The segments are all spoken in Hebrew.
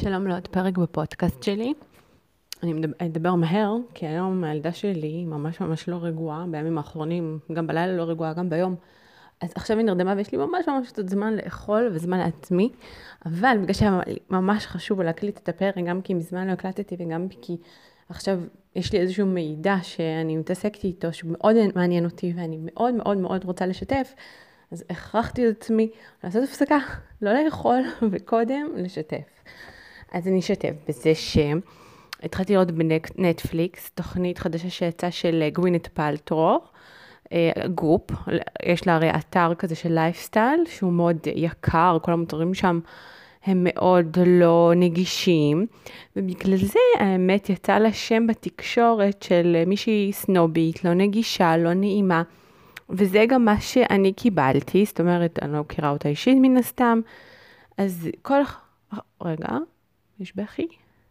שלום לעוד פרק בפודקאסט שלי. אני אדבר מהר, כי היום הילדה שלי ממש ממש לא רגועה, בימים האחרונים, גם בלילה לא רגועה, גם ביום. אז עכשיו היא נרדמה ויש לי ממש ממש קצת זמן לאכול וזמן לעצמי, אבל בגלל שממש חשוב להקליט את הפרק, גם כי מזמן לא הקלטתי וגם כי עכשיו יש לי איזשהו מידע שאני מתעסקת איתו, שמאוד מעניין אותי ואני מאוד מאוד מאוד רוצה לשתף, אז הכרחתי את עצמי לעשות הפסקה, לא לאכול וקודם לשתף. אז אני אשתף בזה שהתחלתי לראות בנטפליקס, תוכנית חדשה שיצאה של גווינית פלטרו, גופ, יש לה הרי אתר כזה של לייפסטייל, שהוא מאוד יקר, כל המוצרים שם הם מאוד לא נגישים, ובגלל זה האמת יצא לה שם בתקשורת של מישהי סנובית, לא נגישה, לא נעימה, וזה גם מה שאני קיבלתי, זאת אומרת, אני לא מכירה אותה אישית מן הסתם, אז רגע, יש בכי?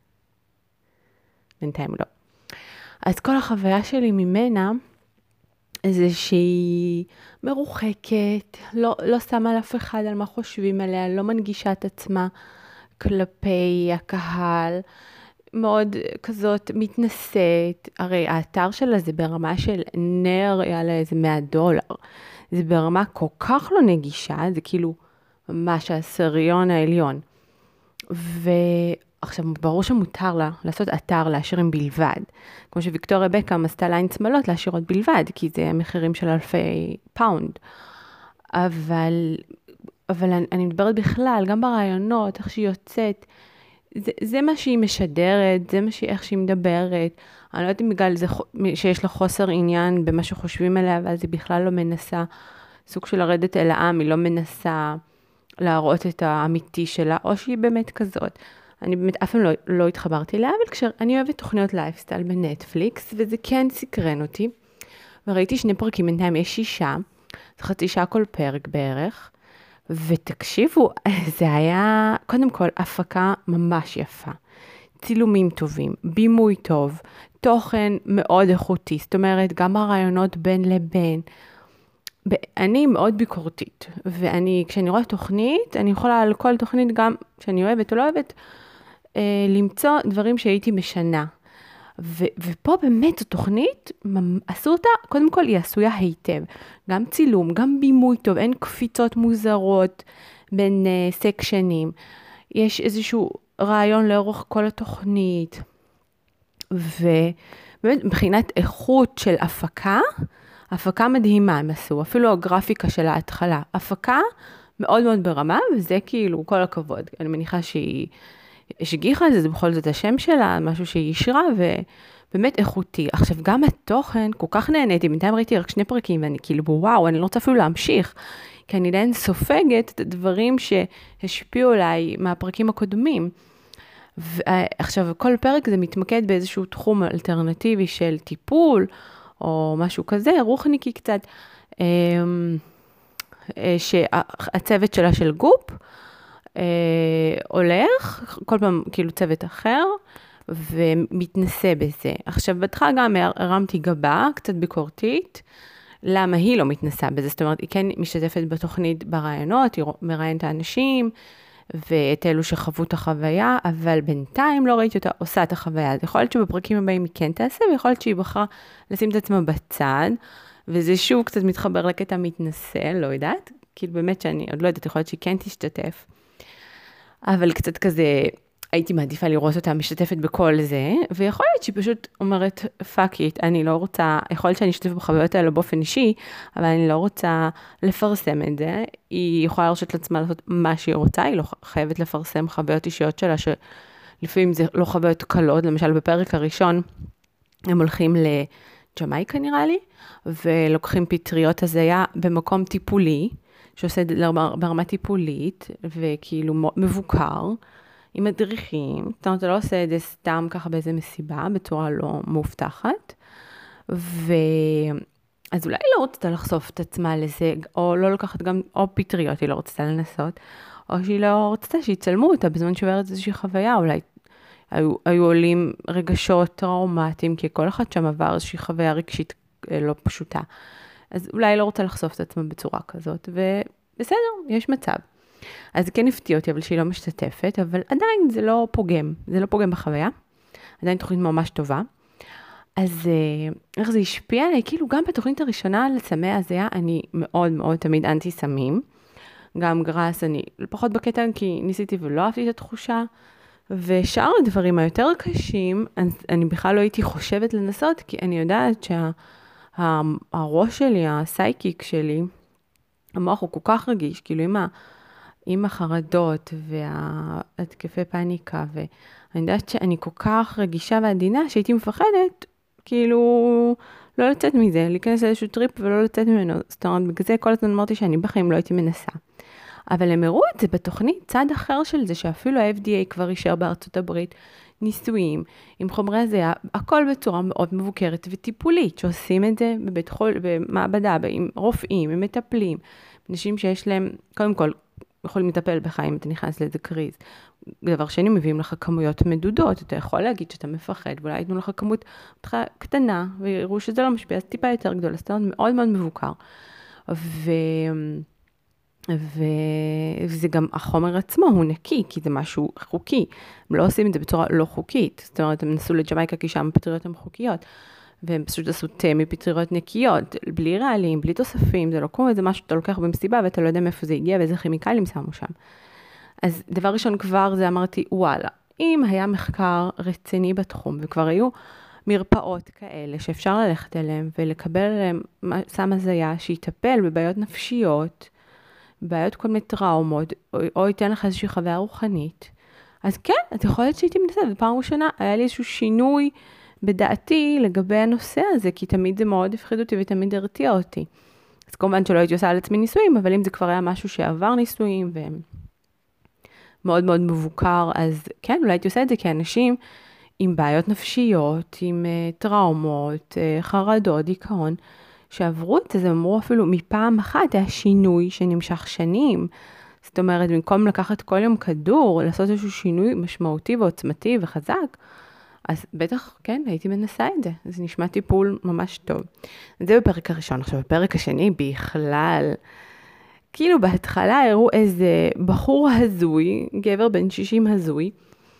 בינתיים לא. אז כל החוויה שלי ממנה, זה שהיא מרוחקת, לא שמה על אף אחד על מה חושבים עליה, לא מנגישה את עצמה כלפי הקהל, מאוד כזאת מתנשאת. הרי האתר שלה זה ברמה של נר, יעלה איזה $100. זה ברמה כל כך לא נגישה, זה כאילו ממש הסריון העליון. ועכשיו ברור שמותר לה לעשות אתר לעשירים בלבד, כמו שוויקטוריה בקאם עשתה ליין שמלות לעשירות בלבד, כי זה מחירים של $1,000. אבל אני מדברת בכלל, גם ברעיונות, איך שהיא יוצאת, זה מה שהיא משדרת, זה איך שהיא מדברת. אני לא יודעת אם בגלל זה שיש לה חוסר עניין במה שחושבים עליה, ואז היא בכלל לא מנסה סוג של לרדת אל העם, היא לא מנסה להראות את האמיתי שלה, או שהיא באמת כזאת. אני באמת אף פעם לא התחברתי אליה, אבל כשאני אוהבת תוכניות לייפסטייל בנטפליקס, וזה כן סקרן אותי, וראיתי 2 פרקים, בינתיים יש 6, זה חצי שעה כל פרק בערך, ותקשיבו, זה היה קודם כל הפקה ממש יפה, צילומים טובים, בימוי טוב, תוכן מאוד איכותי, זאת אומרת גם הרעיונות בין לבין, אני מאוד ביקורתית, כשאני רואה תוכנית, אני יכולה על כל תוכנית גם שאני אוהבת או לא אוהבת, למצוא דברים שהייתי משנה. ופה באמת התוכנית, עשו אותה, קודם כל היא עשויה היטב. גם צילום, גם בימוי טוב, אין קפיצות מוזרות בין סקשנים. יש איזשהו רעיון לאורך כל התוכנית. ובאמת מבחינת איכות של הפקה מדהימה הם עשו, אפילו הגרפיקה של ההתחלה. הפקה מאוד מאוד ברמה, וזה כאילו כל הכבוד. אני מניחה שהיא השגיחה על זה, זה בכל זאת השם שלה, משהו שהיא אישרה, ובאמת איכותי. עכשיו, גם התוכן, כל כך נהניתי, בינתיים ראיתי רק 2 פרקים, ואני כאילו, וואו, אני לא רוצה אפילו להמשיך, כי אני עדיין סופגת את הדברים שהשפיעו עליי מהפרקים הקודמים. עכשיו, כל פרק זה מתמקד באיזשהו תחום אלטרנטיבי של טיפול, או משהו כזה, רוחניקי קצת, שהצוות שלה של גופ, הולך, כל פעם כאילו צוות אחר, ומתנסה בזה. עכשיו, בהתחלה גם הרמתי גבה, קצת ביקורתית, למה היא לא מתנסה בזה? זאת אומרת, היא כן משתתפת בתוכנית ברעיונות, היא מראיינת האנשים, ואת אלו שחוו את החוויה, אבל בינתיים לא ראיתי אותה עושה את החוויה. אז יכול להיות שבפרקים הבאים היא כן תעשה, ויכול להיות שהיא בחרה לשים את עצמה בצד, וזה שוב קצת מתחבר לקטע מתנסה, לא יודעת, כאילו באמת שאני עוד לא יודעת, יכול להיות שהיא כן תשתתף. אבל קצת כזה, הייתי מעדיפה לראות אותה משתתפת בכל זה, ויכול להיות שהיא פשוט אומרת, פאק איט, אני לא רוצה, יכול להיות שאני אשתתף בחוויות האלה באופן אישי, אבל אני לא רוצה לפרסם את זה. היא יכולה לרשות לעצמה לעשות מה שהיא רוצה, היא לא חייבת לפרסם חוויות אישיות שלה, שלפעמים זה לא חוויות קלות, למשל בפרק הראשון, הם הולכים לג'מייקה נראה לי, ולוקחים פטריות הזיה במקום טיפולי, שעושה ברמה טיפולית, וכאילו מבוקר, עם מדריכים, זאת אומרת, אתה לא עושה את זה סתם ככה באיזה מסיבה, בצורה לא מאובטחת, אז אולי היא לא רצתה לחשוף את עצמה לזה, או לא לקחת גם, או פטריות, היא לא רצתה לנסות, או שהיא לא רצתה שיצלמו אותה בזמן שעוברת איזושהי חוויה, אולי היו עולים רגשות טראומטיים, כי כל אחד שם עבר איזושהי חוויה רגשית לא פשוטה. אז אולי היא לא רוצה לחשוף את עצמה בצורה כזאת, ובסדר, יש מצב. אז זה כן הפתיע אותי, אבל שהיא לא משתתפת, אבל עדיין זה לא פוגם, זה לא פוגם בחוויה, עדיין תוכנית ממש טובה. אז איך זה השפיע עליי? כאילו גם בתוכנית הראשונה לסמי הזיה, אני מאוד מאוד תמיד אנטי סמים. גם גראס, אני פחות בקטע כי ניסיתי ולא אהבתי את התחושה. ושאר הדברים היותר קשים, אני בכלל לא הייתי חושבת לנסות, כי אני יודעת שהראש שלי, הסייקיק שלי, המוח הוא כל כך רגיש, כאילו עם החרדות והתקפי פאניקה, ואני יודעת שאני כל כך רגישה ועדינה, שהייתי מפחדת, כאילו, לא לצאת מזה, להיכנס לאיזשהו טריפ ולא לצאת ממנו. זאת אומרת, בגלל זה כל הזמן אמרתי שאני בחיים לא הייתי מנסה. אבל הם הראו את זה בתוכנית, צד אחר של זה, שאפילו ה-FDA כבר אישר בארצות הברית, ניסויים עם חומרי הזיה, הכל בצורה מאוד מבוקרת וטיפולית, שעושים את זה בבית חול, במעבדה, עם רופאים, עם מטפלים, אנשים שיש להם, קודם כל, יכולים לטפל בך אם אתה נכנס לאיזה קריז. דבר שני, מביאים לך כמויות מדודות, אתה יכול להגיד שאתה מפחד, ואולי יתנו לך כמות קטנה, ויראו שזה לא משפיע, אז טיפה יותר גדול, אז זה מאוד מאוד מבוקר. וזה גם החומר עצמו, הוא נקי, כי זה משהו חוקי. הם לא עושים את זה בצורה לא חוקית. זאת אומרת, הם נסו לג'מייקה כי שם הפטריות הן חוקיות. והם פשוט עשו תה מפטריות נקיות, בלי רעלים, בלי תוספים, זה לא כמו איזה משהו שאתה לוקח במסיבה, ואתה לא יודע מאיפה זה הגיע, ואיזה כימיקלים שמו שם. אז דבר ראשון כבר זה אמרתי, וואלה, אם היה מחקר רציני בתחום, וכבר היו מרפאות כאלה שאפשר ללכת אליהם, ולקבל עליהם סם הזיה, שיטפל בבעיות נפשיות, בעיות כל מיני טראומות, או ייתן לך איזושהי חוויה רוחנית, אז כן, את יכולת שהייתי מנסה, בפעם ראשונה היה לי איזשהו שינוי בדעתי לגבי הנושא הזה, כי תמיד זה מאוד הפחיד אותי ותמיד הרתיע אותי. אז כמובן שלא הייתי עושה על עצמי ניסויים, אבל אם זה כבר היה משהו שעבר ניסויים ומאוד מאוד מבוקר, אז כן, אולי הייתי עושה את זה כאנשים עם בעיות נפשיות, עם טראומות, חרדות, דיכאון, שעברו את זה, אמרו אפילו מפעם אחת, היה שינוי שנמשך שנים. זאת אומרת, במקום לקחת כל יום כדור, לעשות איזשהו שינוי משמעותי ועוצמתי וחזק, אז בטח, כן, הייתי מנסה את זה. זה נשמע טיפול ממש טוב. זה בפרק הראשון. עכשיו, בפרק השני, בכלל, כאילו בהתחלה הראו איזה בחור הזוי, גבר בן 60 הזוי,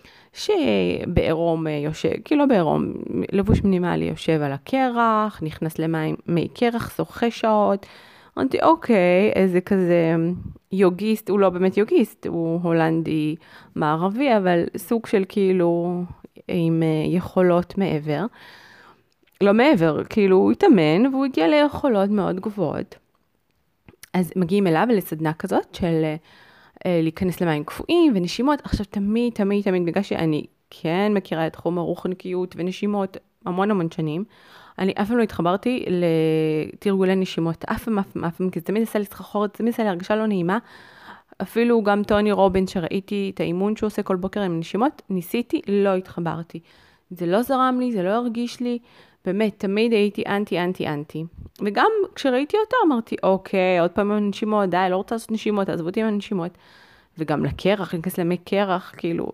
שבעירום יושב, כאילו בעירום, לבוש מינימלי יושב על הקרח, נכנס למים, מי קרח, שוחה שעות. אמרתי, אוקיי, איזה כזה יוגיסט, הוא לא באמת יוגיסט, הוא הולנדי מערבי, אבל סוג של כאילו עם יכולות מעבר. לא מעבר, כאילו הוא התאמן והוא הגיע ליכולות מאוד גבוהות. אז מגיעים אליו לסדנה כזאת של להיכנס למים קפואים ונשימות. עכשיו תמיד, בגלל שאני כן מכירה את תחום הרוחניות ונשימות המון שנים, אני אף פעם לא התחברתי לתרגולי נשימות, אף פעם, כי זה תמיד עשה לי סחרחורת, תמיד עשה לי הרגשה לא נעימה. אפילו גם טוני רובן שראיתי את האימון שהוא עושה כל בוקר עם נשימות, ניסיתי, לא התחברתי. זה לא זרם לי, זה לא הרגיש לי, באמת, תמיד הייתי אנטי. וגם כשראיתי אותו אמרתי, אוקיי, עוד פעם עם נשימות, די, לא רוצה לעשות נשימות, עזבו אותי עם הנשימות. וגם לקרח, נכנס למי קרח, כאילו,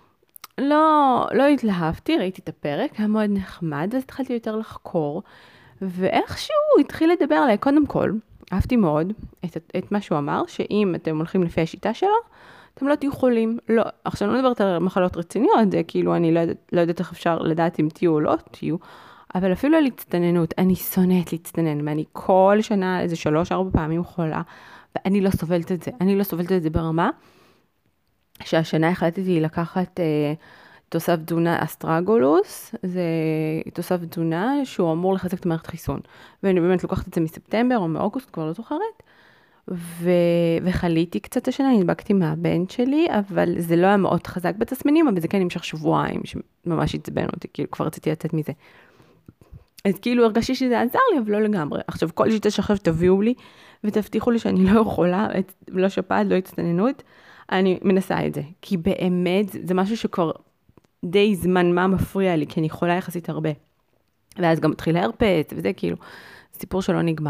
לא התלהבתי, ראיתי את הפרק, היה מאוד נחמד, אז התחלתי יותר לחקור, ואיכשהו התחיל לדבר עליי, קודם כל, אהבתי מאוד את מה שהוא אמר, שאם אתם הולכים לפי השיטה שלו, אתם לא תהיו חולים. לא, עכשיו לא מדברת על מחלות רציניות, זה כאילו אני לא יודעת איך אפשר לדעת אם תהיו או לא תהיו, אבל אפילו על הצטננות, אני שונאת להצטנן, ואני כל שנה איזה 3-4 פעמים חולה, ואני לא סובלת את זה, ברמה, שהשנה החלטתי לקחת תוסף תזונה אסטרגולוס, זה תוסף תזונה שהוא אמור לחזק את מערכת חיסון, ואני באמת לוקחת את זה מספטמבר או מאוגוסט, כבר לא זוכרת, וחליתי קצת השנה, נדבקתי מהבן שלי, אבל זה לא היה מאוד חזק בתסמינים, אבל זה כן נמשך שבועיים, שממש הצבן אותי, כאילו כבר רציתי לצאת מזה. אז כאילו הרגשתי שזה עזר לי, אבל לא לגמרי. עכשיו כל שיטה שעכשיו תביאו לי, ותבטיחו לי שאני לא יכולה, לא שפעת, לא הצטננות, אני מנסה את זה. כי באמת זה משהו שכבר די זמן מה מפריע לי, כי אני יכולה יחסית הרבה. ואז גם מתחיל להרפץ, וזה כאילו סיפור שלא נגמר.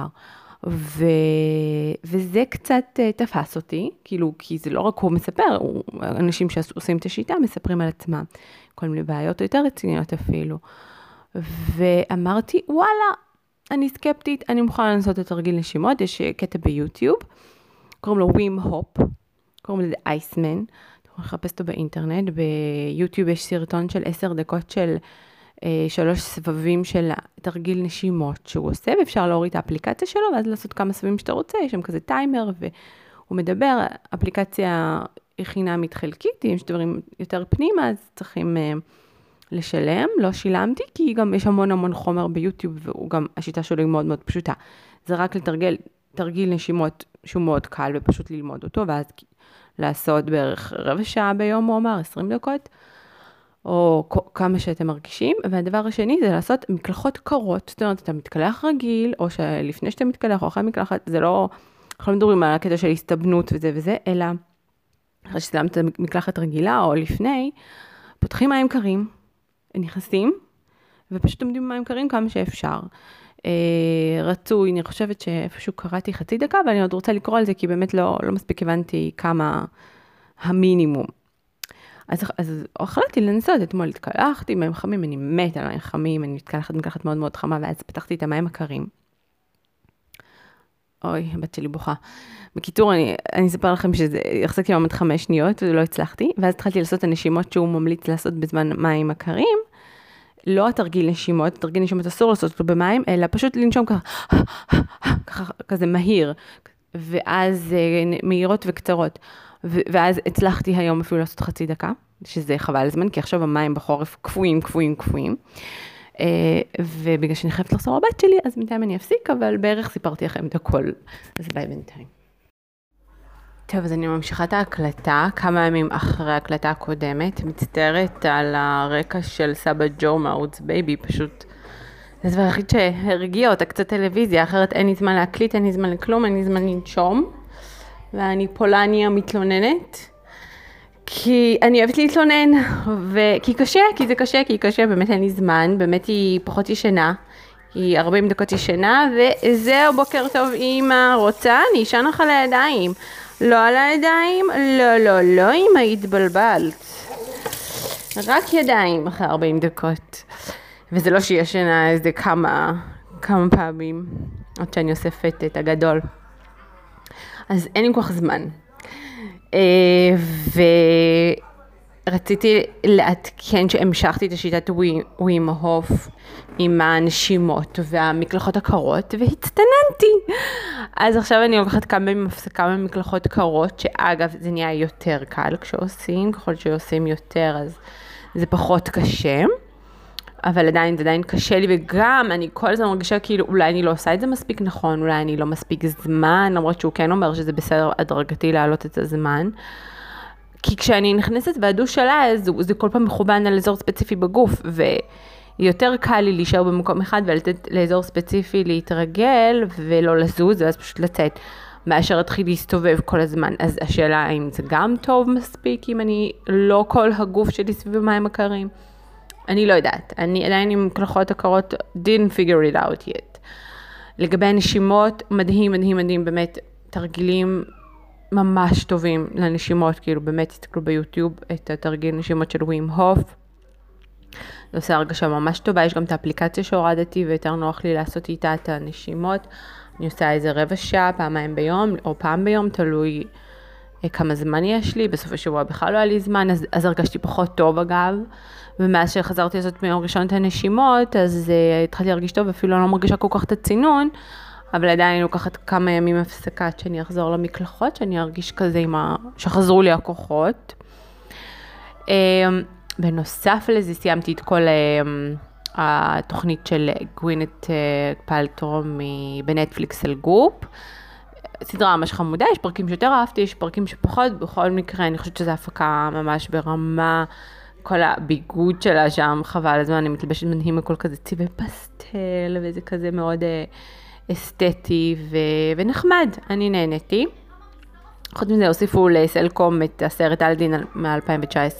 וזה קצת תפס אותי, כאילו, כי זה לא רק הוא מספר, אנשים שעושים את השיטה מספרים על עצמם, כל מיני בעיות יותר רציניות אפילו. ואמרתי, וואלה, אני סקפטית, אני מוכנה לנסות את תרגיל נשימות, יש קטע ביוטיוב, קוראים לו ווים הופ, קוראים לזה אייסמן, אתם יכולים לחפש אותו באינטרנט, ביוטיוב יש סרטון של 10 דקות של 3 סבבים של תרגיל נשימות שהוא עושה, ואפשר להוריד את האפליקציה שלו, ואז לעשות כמה סבבים שאתה רוצה, יש שם כזה טיימר, והוא מדבר, אפליקציה היא חינמית חלקית, אם יש דברים יותר פנימה, אז צריכים לשלם, לא שילמתי, כי גם יש המון חומר ביוטיוב, והוא גם, השיטה שלו היא מאוד מאוד פשוטה. זה רק תרגיל נשימות שהוא מאוד קל, ופשוט ללמוד אותו, ואז לעשות בערך רבע שעה ביום, הוא אומר, 20 דקות, או כמה שאתם מרגישים, והדבר השני זה לעשות מקלחות קרות, זאת אומרת, אתה מתקלח רגיל, או שלפני שאתה מתקלח, או אחרי מקלחת, זה לא, אנחנו לא מדברים על הקטע של הסתבנות וזה, אלא, אחרי שסיימת מקלחת רגילה, או לפני, פותחים מים קרים, נכנסים, ופשוט עומדים במים קרים כמה שאפשר. רצוי, אני חושבת שאיפשהו קראתי חצי דקה, ואני עוד רוצה לקרוא על זה, כי באמת לא מספיק הבנתי כמה המינימום. אז החלטתי לנסות, אתמול התקלחתי, מים חמים, אני מתה על מים חמים, אני מתקלחת מקלחת מאוד מאוד חמה, ואז פתחתי את המים הקרים. אוי, הבת שלי בוכה. בקיצור, אני אספר לכם שזה יחזק יום עד 5 שניות, ולא הצלחתי, ואז התחלתי לעשות את הנשימות שהוא ממליץ לעשות בזמן מים הקרים, לא התרגיל נשימות, תרגיל נשימות אסור לעשות אותו במים, אלא פשוט לנשום ככה, כזה מהיר, ואז מהירות וקצרות, ואז הצלחתי היום אפילו לעשות חצי דקה, שזה חבל הזמן, כי עכשיו המים בחורף קפואים, ובגלל שאני חייבת לחזור לבת שלי, אז בינתיים אני אפסיק, אבל בערך סיפרתי לכם את הכל, אז ביי בינתיים. טוב, אז אני ממשיכה את ההקלטה, כמה ימים אחרי ההקלטה הקודמת, מצטערת על הרקע של סבא ג'ו מערוץ בייבי, פשוט זה הדבר היחיד שהרגיע אותה קצת טלוויזיה, אחרת אין לי זמן להקליט, אין לי זמן לכלום, אין לי זמן לנשום, ואני פולניה מתלוננת, כי אני אוהבת להתלונן, כי זה קשה, באמת אין לי זמן, באמת היא פחות ישנה, היא 40 דקות ישנה, וזהו, בוקר טוב אמא, רוצה? אני אשן לך על הידיים. לא על הידיים? לא, אמא, התבלבלת. רק ידיים אחרי 40 דקות. וזה לא שהיא ישנה איזה כמה פעמים, עד שאני אוספת את הגדול. אז אין לי כל כך זמן. ורציתי לעדכן שהמשכתי את השיטת ווים הוף עם הנשימות והמקלחות הקרות, והצטננתי. אז עכשיו אני לוקחת כמה הפסקה ממקלחות קרות, שאגב זה נהיה יותר קל כשעושים, ככל שעושים יותר אז זה פחות קשה. אבל עדיין זה עדיין קשה לי, וגם אני כל הזמן מרגישה כאילו אולי אני לא עושה את זה מספיק נכון, אולי אני לא מספיק זמן, למרות שהוא כן אומר שזה בסדר הדרגתי להעלות את הזמן. כי כשאני נכנסת והדוש עלה, אז זה כל פעם מכוון על אזור ספציפי בגוף, ויותר קל לי להישאר במקום אחד ולתת לאזור ספציפי להתרגל ולא לזוז, ואז פשוט לצאת, מאשר התחיל להסתובב כל הזמן. אז השאלה האם זה גם טוב מספיק, אם אני לא כל הגוף שלי סביב מים הקרים. אני לא יודעת, אני עדיין עם מקלחות הקרות, didn't figure it out yet. לגבי הנשימות, מדהים, באמת תרגילים ממש טובים לנשימות, כאילו באמת תסתכלו ביוטיוב את התרגיל נשימות של ווים הוף. זה עושה הרגשה ממש טובה, יש גם את האפליקציה שהורדתי ויותר נוח לי לעשות איתה את הנשימות. אני עושה איזה רבע שעה, פעמיים ביום או פעם ביום, תלוי כמה זמן יש לי, בסוף השבוע בכלל לא היה לי זמן, אז הרגשתי פחות טוב אגב. ומאז שחזרתי לעשות מיום ראשון את הנשימות, אז התחלתי להרגיש טוב, אפילו לא מרגישה כל כך את הצינון, אבל עדיין לוקחת כמה ימים הפסקה שאני אחזור למקלחות, שאני ארגיש כזה שחזרו לי הכוחות. בנוסף לזה סיימתי את כל התוכנית של גווינט פלטרו בנטפליקס על גופ. סדרה ממש חמודה, יש פרקים שיותר אהבתי, יש פרקים שפחות, בכל מקרה אני חושבת שזו הפקה ממש ברמה, כל הביגוד שלה שם, חבל הזמן, אני מתלבשת מדהים הכל כזה צבעי פסטל, וזה כזה מאוד אסתטי ונחמד, אני נהניתי. חוץ מזה הוסיפו לסלקום את הסרט אלדין מ-2019,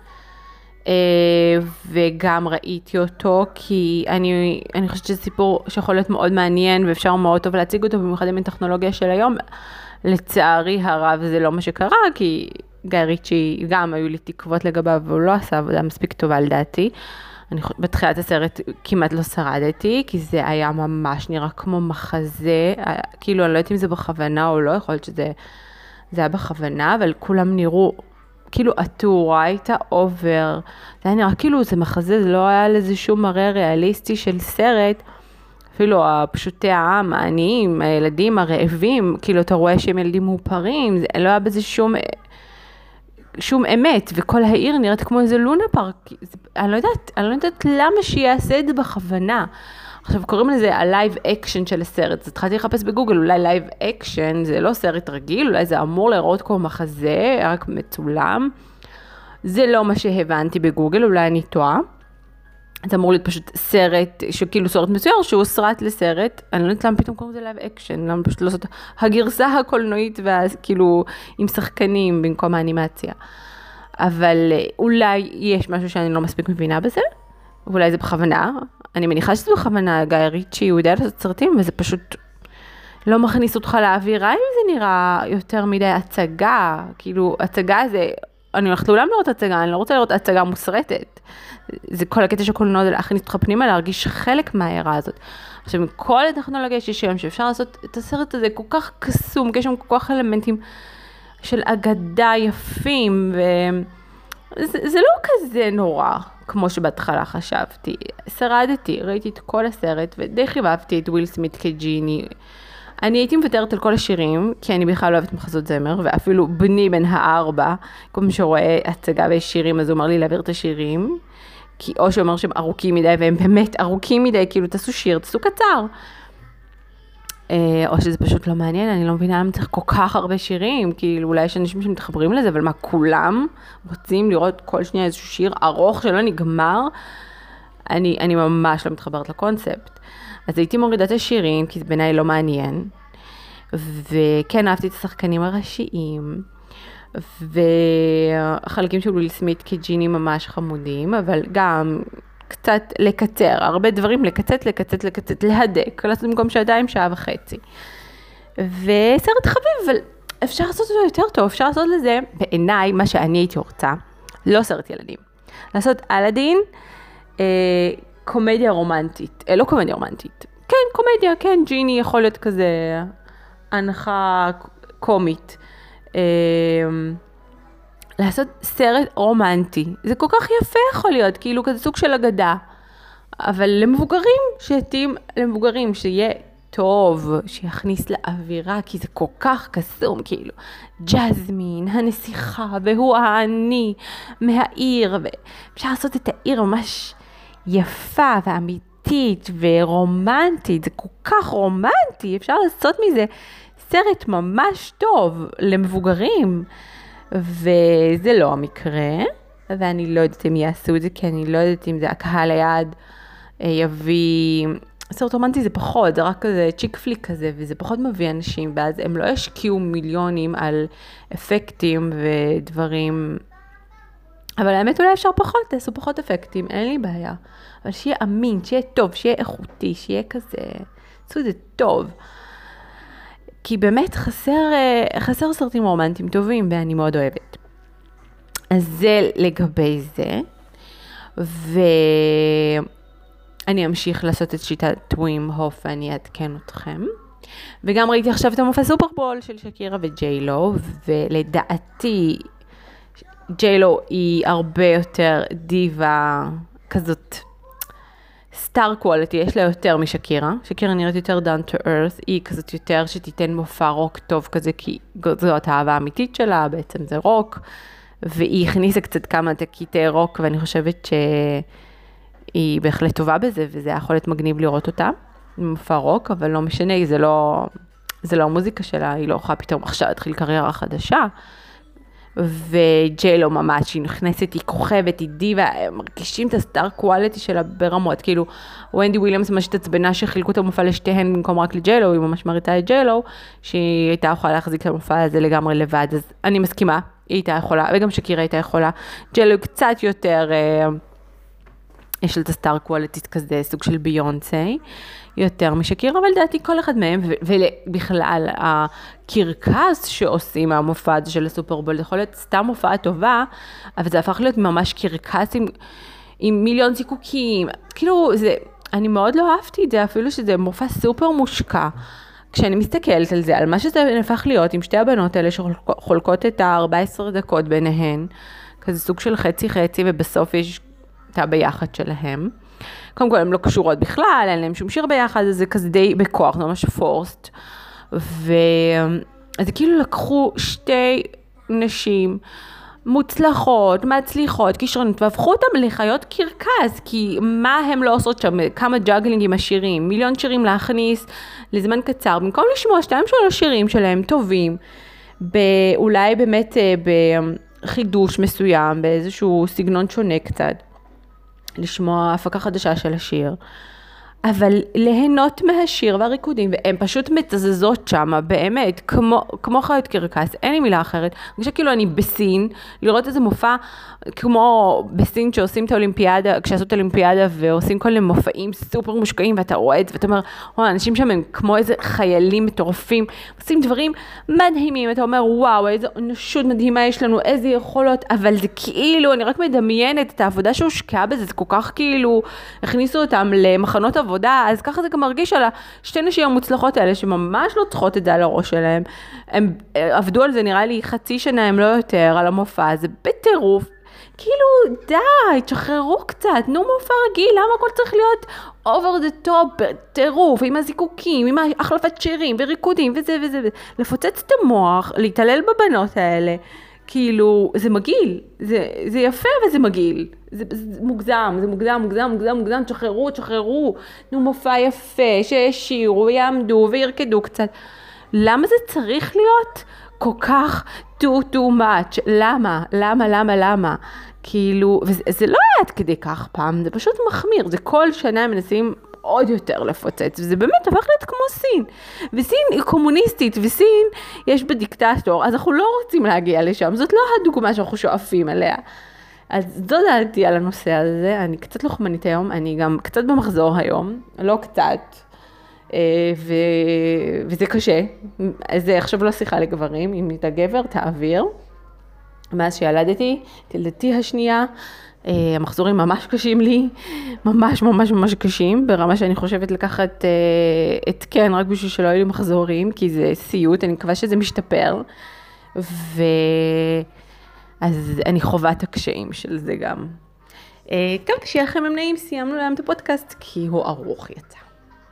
וגם ראיתי אותו, כי אני חושבת שזה סיפור שיכול להיות מאוד מעניין, ואפשר מאוד טוב להציג אותו, במיוחד עם הטכנולוגיה של היום. לצערי הרב זה לא מה שקרה, כי גיא ריצ'י גם היו לי תקוות לגביו, והוא לא עשה עבודה מספיק טובה לדעתי. בתחילת הסרט כמעט לא שרדתי, כי זה היה ממש נראה כמו מחזה, כאילו אני לא יודעת אם זה בכוונה או לא, יכול להיות שזה זה היה בכוונה, אבל כולם נראו, כאילו התאורה הייתה אובר, זה היה נראה כאילו זה מחזה, זה לא היה לזה שום מראה ריאליסטי של סרט, אפילו פשוטי העם, העניים, הילדים הרעבים, כאילו אתה רואה שהם ילדים מאופרים, זה לא היה בזה שום אמת, וכל העיר נראית כמו איזה לונה פארק, אני לא יודעת למה שיעשה את זה בכוונה. עכשיו קוראים לזה ה-live action של הסרט, אז התחלתי לחפש בגוגל, אולי live action, זה לא סרט רגיל, אולי זה אמור להיראות כמו מחזה, רק מצולם. זה לא מה שהבנתי בגוגל, אולי אני טועה. זה אמור להיות פשוט סרט, שכאילו סרט מצויר, שהוא סרט לסרט, אני לא יודעת למה פתאום קוראים לזה live action, למה פשוט לא לעשות הגרסה הקולנועית, כאילו עם שחקנים במקום האנימציה. אבל אולי יש משהו שאני לא מספיק מבינה בזה, ואולי זה בכוונה, אני מניחה שזה בכוונה, גיא ריצ'י, הוא יודע לעשות סרטים, וזה פשוט לא מכניס אותך לאווירה, אם זה נראה יותר מדי הצגה, כאילו הצגה זה, אני הולכת לעולם לראות הצגה, אני לא רוצה לראות הצגה מוסרטת, זה כל הקטע של קולנוע, זה להכניס אותך פנימה, להרגיש חלק מהעירה הזאת. עכשיו, עם כל הטכנולוגיה שיש היום, שאפשר לעשות את הסרט הזה כל כך קסום, כי יש שם כל כך אלמנטים של אגדה יפים, וזה לא כזה נורא, כמו שבהתחלה חשבתי. שרדתי, ראיתי את כל הסרט, ודי חיבבתי את וויל סמית כג'יני. אני הייתי מוותרת על כל השירים, כי אני בכלל לא אוהבת מחזות זמר, ואפילו בני בן 4, כל מי שרואה הצגה ויש שירים, אז הוא אומר לי להעביר את השירים, כי או שהוא אומר שהם ארוכים מדי, והם באמת ארוכים מדי, כאילו תעשו שיר, תעשו קצר. או שזה פשוט לא מעניין, אני לא מבינה למה צריך כל כך הרבה שירים, כאילו אולי יש אנשים שמתחברים לזה, אבל מה, כולם רוצים לראות כל שנייה איזשהו שיר ארוך שלא נגמר? אני ממש לא מתחברת לקונספט. אז הייתי מורידה את השירים, כי זה בעיניי לא מעניין, וכן אהבתי את השחקנים הראשיים, והחלקים של וויל סמית כג'יני ממש חמודים, אבל גם קצת לקצר, הרבה דברים לקצת, להדק, לעשות במקום שעתיים, שעה וחצי. וסרט חביב, אבל אפשר לעשות אותו יותר טוב, אפשר לעשות לזה, בעיניי, מה שאני הייתי רוצה, לא סרט ילדים, לעשות אלאדין, קומדיה רומנטית, לא קומדיה רומנטית, כן, קומדיה, כן, ג'יני יכול להיות כזה, הנחה קומית, לעשות סרט רומנטי, זה כל כך יפה יכול להיות, כאילו כזה סוג של אגדה, אבל למבוגרים, שיתאים למבוגרים, שיהיה טוב, שיכניס לאווירה, כי זה כל כך קסום, כאילו, ג'זמין, הנסיכה, והוא העני מהעיר, ואפשר לעשות את העיר ממש יפה ואמיתית ורומנטית, זה כל כך רומנטי, אפשר לעשות מזה סרט ממש טוב למבוגרים, וזה לא המקרה, ואני לא יודעת אם יעשו את זה, כי אני לא יודעת אם זה הקהל היעד יביא, סרט רומנטי זה פחות, זה רק כזה צ'יק פליק כזה, וזה פחות מביא אנשים, ואז הם לא ישקיעו מיליונים על אפקטים ודברים, אבל האמת אולי אפשר פחות, תעשו פחות אפקטים, אין לי בעיה, אבל שיהיה אמין, שיהיה טוב, שיהיה איכותי, שיהיה כזה, עשו את זה טוב. כי באמת חסר סרטים רומנטיים טובים, ואני מאוד אוהבת. אז זה לגבי זה, ואני אמשיך לעשות את שיטת טווים הוף, ואני אעדכן אתכם. וגם ראיתי עכשיו את המופע סופרבול של שקירה וג'יילו, ולדעתי, ג'יילו היא הרבה יותר דיבה כזאת, סטאר קואליטי, יש לה יותר משקירה. שקירה נראית יותר down to earth, היא כזאת יותר שתיתן מופע רוק טוב כזה, כי זאת האהבה האמיתית שלה, בעצם זה רוק, והיא הכניסה קצת כמה תקליטי רוק, ואני חושבת שהיא בהחלט טובה בזה, וזה יכול להיות מגניב לראות אותה, מופע רוק, אבל לא משנה, זה לא המוזיקה שלה, היא לא יכולה פתאום עכשיו להתחיל קריירה חדשה, וג'יילו ממש, היא נכנסת, היא כוכבת, היא דיבה, הם מרגישים את הסטאר קואליטי שלה ברמות, כאילו, ונדי וויליאמס ממש התעצבנה שחילקו את המופע לשתיהן במקום רק לג'יילו, היא ממש מריתה את ג'יילו, שהיא הייתה יכולה להחזיק את המופע הזה לגמרי לבד, אז אני מסכימה, היא הייתה יכולה, וגם שקירה הייתה יכולה, ג'יילו קצת יותר, יש לה את הסטאר קואליטיסט כזה, סוג של ביונסי, יותר משקירה, אבל דעתי כל אחד מהם, ובכלל הקרקס שעושים מהמופע הזה של הסופרבול, זה יכול להיות סתם מופעה טובה, אבל זה הפך להיות ממש קרקס עם מיליון זיקוקים, כאילו זה, אני מאוד לא אהבתי את זה, אפילו שזה מופע סופר מושקע, כשאני מסתכלת על זה, על מה שזה נהפך להיות עם שתי הבנות האלה שחולקות את ה-14 דקות ביניהן, כזה סוג של חצי-חצי, ובסוף יש את הביחד שלהם. קודם כל, הן לא קשורות בכלל, אין להם שום שיר ביחד, אז זה כזה די בכוח, זה ממש פורסט. אז כאילו לקחו שתי נשים מוצלחות, מצליחות, כישרונות, והפכו אותם לחיות קרקס, כי מה הם לא עושות שם? כמה ג'אגלינג עם השירים, מיליון שירים להכניס לזמן קצר, במקום לשמוע 2-3 שירים שלהם טובים, אולי באמת בחידוש מסוים, באיזשהו סגנון שונה קצת, לשמוע הפקה חדשה של השיר, אבל ליהנות מהשיר והריקודים, והן פשוט מתזזות שם, באמת, כמו חיות קרקס, אין לי מילה אחרת. אני חושבת כאילו אני בסין, לראות איזה מופע, כמו בסין שעושים את האולימפיאדה, כשעשו את האולימפיאדה ועושים כל מיני מופעים סופר מושקעים, ואתה רואה את זה, ואתה אומר, האנשים שם הם כמו איזה חיילים מטורפים, עושים דברים מדהימים, אתה אומר, וואו, איזו אנושות מדהימה יש לנו, איזה יכולות, אבל זה כאילו, אני רק מדמיינת את העבודה שהושקעה בזה, זה כל כך כאילו, הכניסו אותם למחנות עבודה, אז ככה זה גם מרגיש על השתי נשים המוצלחות האלה, שממש לא צריכות את זה על הראש שלהם. הם עבדו על זה, נראה לי חצי שנה, הם לא יותר, על המופע, זה בטירוף. כאילו, די, תשחררו קצת, תנו מופע רגיל, למה הכל צריך להיות over the top, טירוף, עם הזיקוקים, עם החלפת שירים וריקודים וזה וזה, לפוצץ את המוח, להתעלל בבנות האלה. כאילו, זה מגעיל, זה יפה וזה מגעיל, זה מוגזם, זה מוגזם, תשחררו, נו מופע יפה, שישירו ויעמדו וירקדו קצת. למה זה צריך להיות כל כך too much? למה? כאילו, וזה לא היה עד כדי כך פעם, זה פשוט מחמיר, זה כל שנה הם מנסים עוד יותר לפוצץ, וזה באמת הפך להיות כמו סין, וסין היא קומוניסטית, וסין יש בדיקטטור, אז אנחנו לא רוצים להגיע לשם, זאת לא הדוגמה שאנחנו שואפים עליה. אז זו דעתי על הנושא הזה, אני קצת לוחמנית היום, אני גם קצת במחזור היום, לא קצת, וזה קשה, זה עכשיו לא שיחה לגברים, אם אתה גבר תעביר, מאז שילדתי, תלדתי השנייה, המחזורים ממש קשים לי, ממש קשים, ברמה שאני חושבת לקחת התקן רק בשביל שלא יהיו לי מחזורים, כי זה סיוט, אני מקווה שזה משתפר, אז אני חווה את הקשיים של זה גם. טוב, שיהיה לכם נעים, סיימנו להם את הפודקאסט, כי הוא ארוך יצא.